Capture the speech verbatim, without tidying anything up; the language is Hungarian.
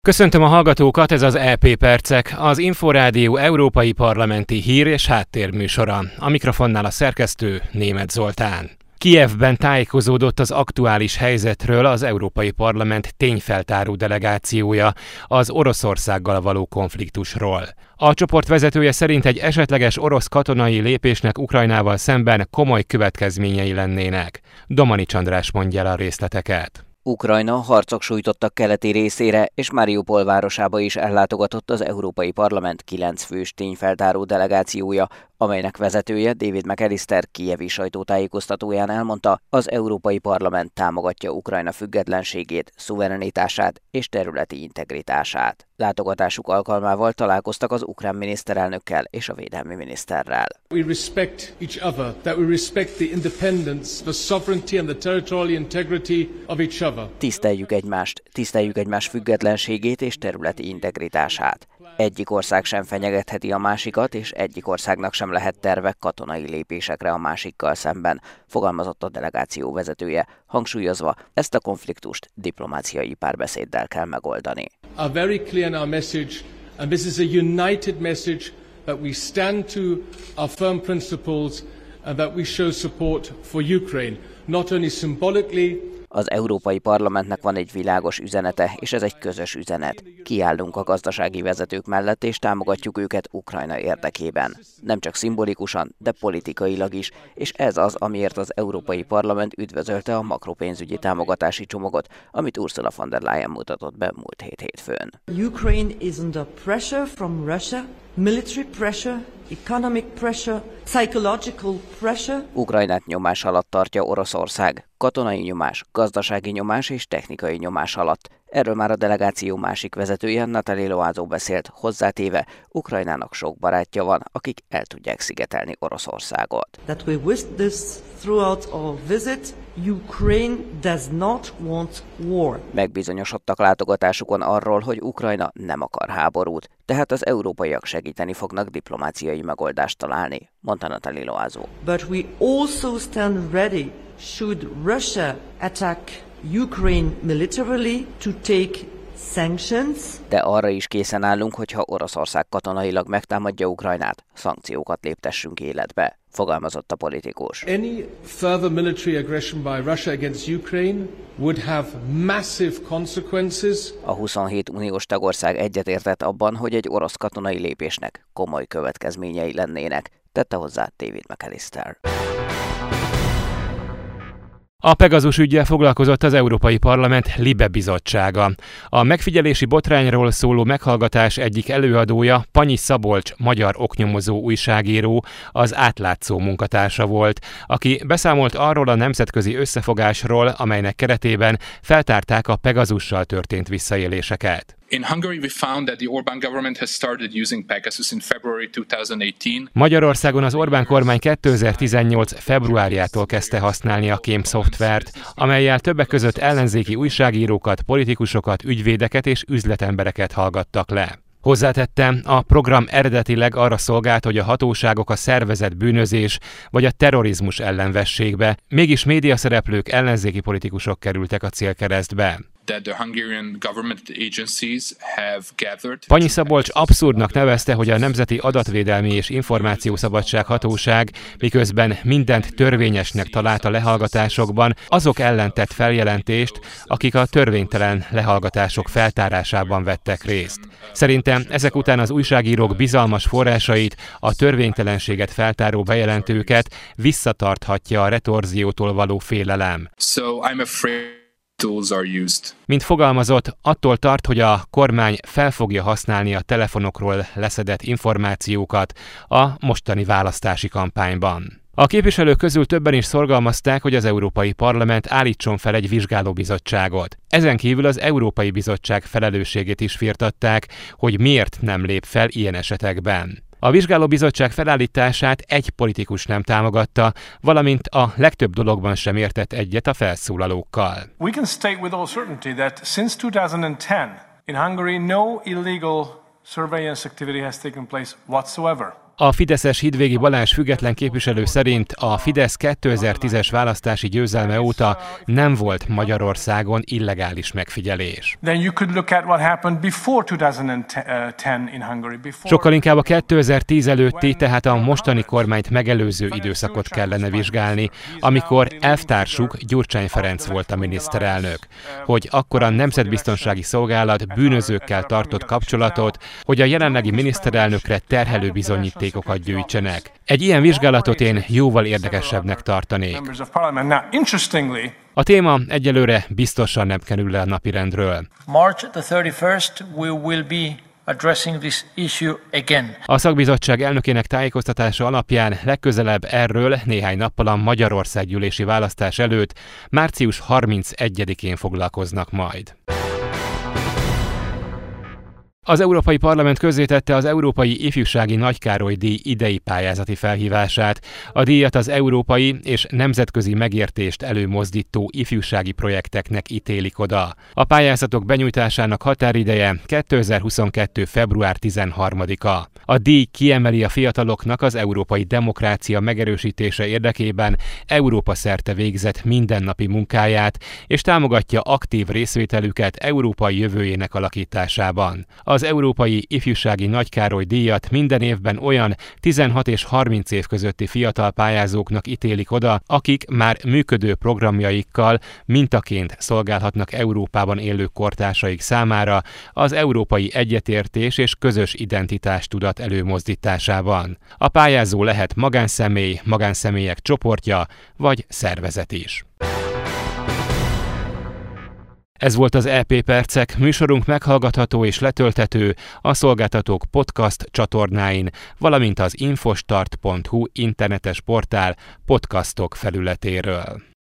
Köszöntöm a hallgatókat, ez az é pé Percek, az Inforádió európai parlamenti hír- és háttérműsora. A mikrofonnál a szerkesztő Németh Zoltán. Kijevben tájékozódott az aktuális helyzetről az Európai Parlament tényfeltáró delegációja az Oroszországgal való konfliktusról. A csoport vezetője szerint egy esetleges orosz katonai lépésnek Ukrajnával szemben komoly következményei lennének. Domanics András mondja el a részleteket. Ukrajna harcok sújtottak keleti részére, és Mariupol városába is ellátogatott az Európai Parlament kilenc fős tényfeltáró delegációja, amelynek vezetője David McAllister kijevi sajtótájékoztatóján elmondta, az Európai Parlament támogatja Ukrajna függetlenségét, szuverenitását és területi integritását. Látogatásuk alkalmával találkoztak az ukrán miniszterelnökkel és a védelmi miniszterrel. We respect each other, that we respect the independence, the sovereignty and the territorial integrity of each other. Tiszteljük egymást, tiszteljük egymás függetlenségét és területi integritását. Egyik ország sem fenyegetheti a másikat, és egyik országnak sem lehet terve katonai lépésekre a másikkal szemben, fogalmazott a delegáció vezetője, hangsúlyozva, ezt a konfliktust diplomáciai párbeszéddel kell megoldani. Are very clear in our message, and this is a united message that we stand to our firm principles and that we show support for Ukraine, not only symbolically. Az Európai Parlamentnek van egy világos üzenete, és ez egy közös üzenet. Kiállunk a gazdasági vezetők mellett, és támogatjuk őket Ukrajna érdekében. Nem csak szimbolikusan, de politikailag is, és ez az, amiért az Európai Parlament üdvözölte a makropénzügyi támogatási csomagot, amit Ursula von der Leyen mutatott be múlt hét hétfőn. Ukraine is under pressure from Russia, military pressure, economic pressure, psychological pressure. Ukrajnát nyomás alatt tartja Oroszország, katonai nyomás, gazdasági nyomás és technikai nyomás alatt. Erről már a delegáció másik vezetője, Nathalie Loiseau beszélt, hozzátéve, Ukrajnának sok barátja van, akik el tudják szigetelni Oroszországot. That we witness throughout our visit, Ukraine does not want war. Megbizonyosodtak látogatásukon arról, hogy Ukrajna nem akar háborút, tehát az európaiak segíteni fognak diplomáciai megoldást találni, mondta Nathalie Loiseau. But we also stand ready should Russia attack Ukraine militarily to take sanctions. De arra is készen állunk, hogyha Oroszország katonailag megtámadja Ukrajnát, szankciókat léptessünk életbe, fogalmazott a politikus. Any further military aggression by Russia against Ukraine would have massive consequences. A huszonhét uniós tagország egyetértett abban, hogy egy orosz katonai lépésnek komoly következményei lennének, tette hozzá David McAllister. A Pegasus üggyel foglalkozott az Európai Parlament LIBE bizottsága. A megfigyelési botrányról szóló meghallgatás egyik előadója Panyi Szabolcs magyar oknyomozó újságíró, az Átlátszó munkatársa volt, aki beszámolt arról a nemzetközi összefogásról, amelynek keretében feltárták a Pegasussal történt visszaéléseket. In Hungary, we found that the Orbán government has started using Pegasus in February twenty eighteen. Magyarországon az Orbán kormány kétezer-tizennyolc februárjától kezdte használni a kém szoftvert, amellyel többek között ellenzéki újságírókat, politikusokat, ügyvédeket és üzletembereket hallgattak le. Hozzátette, a program eredetileg arra szolgált, hogy a hatóságok a szervezett bűnözés vagy a terrorizmus ellen vessék be, mégis médiaszereplők, ellenzéki politikusok kerültek a célkeresztbe. Panyi Szabolcs abszurdnak nevezte, hogy a Nemzeti Adatvédelmi és Információszabadság Hatóság, miközben mindent törvényesnek talált a lehallgatásokban, azok ellen tett feljelentést, akik a törvénytelen lehallgatások feltárásában vettek részt. Szerintem ezek után az újságírók bizalmas forrásait, a törvénytelenséget feltáró bejelentőket visszatarthatja a retorziótól való félelem. So I'm afraid tools are used. Mint fogalmazott, attól tart, hogy a kormány fel fogja használni a telefonokról leszedett információkat a mostani választási kampányban. A képviselők közül többen is szorgalmazták, hogy az Európai Parlament állítson fel egy vizsgálóbizottságot. Ezen kívül az Európai Bizottság felelősségét is firtatták, hogy miért nem lép fel ilyen esetekben. A vizsgálóbizottság felállítását egy politikus nem támogatta, valamint a legtöbb dologban sem értett egyet a felszólalókkal. We can state with all certainty that since two thousand ten in Hungary no illegal surveillance activity has taken place whatsoever. A fideszes Hidvégi Balázs független képviselő szerint a Fidesz kétezer-tízes választási győzelme óta nem volt Magyarországon illegális megfigyelés. Sokkal inkább a kétezer-tíz előtti, tehát a mostani kormányt megelőző időszakot kellene vizsgálni, amikor elvtársuk Gyurcsány Ferenc volt a miniszterelnök, hogy akkor a Nemzetbiztonsági Szolgálat bűnözőkkel tartott kapcsolatot, hogy a jelenlegi miniszterelnökre terhelő bizonyítékokat gyűjtsenek. Egy ilyen vizsgálatot én jóval érdekesebbnek tartanék. A téma egyelőre biztosan nem kerül le a napirendről. March the thirty-first we will be addressing this issue again. A szakbizottság elnökének tájékoztatása alapján legközelebb erről néhány nappal a Magyarországgyűlési választás előtt, március harmincegyedikén foglalkoznak majd. Az Európai Parlament közzétette az Európai Ifjúsági Nagy Károly-díj idei pályázati felhívását. A díjat az európai és nemzetközi megértést előmozdító ifjúsági projekteknek ítélik oda. A pályázatok benyújtásának határideje kétezer-huszonkettő február tizenharmadika. A díj kiemeli a fiataloknak az európai demokrácia megerősítése érdekében Európa szerte végzett mindennapi munkáját, és támogatja aktív részvételüket európai jövőjének alakításában. Az Európai Ifjúsági Nagy Károly-díjat minden évben olyan tizenhat és harminc év közötti fiatal pályázóknak ítélik oda, akik már működő programjaikkal mintaként szolgálhatnak Európában élő kortársaik számára az európai egyetértés és közös identitástudat előmozdításában. A pályázó lehet magánszemély, magánszemélyek csoportja vagy szervezet is. Ez volt az é pé Percek, műsorunk meghallgatható és letölthető a Szolgáltatók podcast csatornáin, valamint az infostart pont hu internetes portál podcastok felületéről.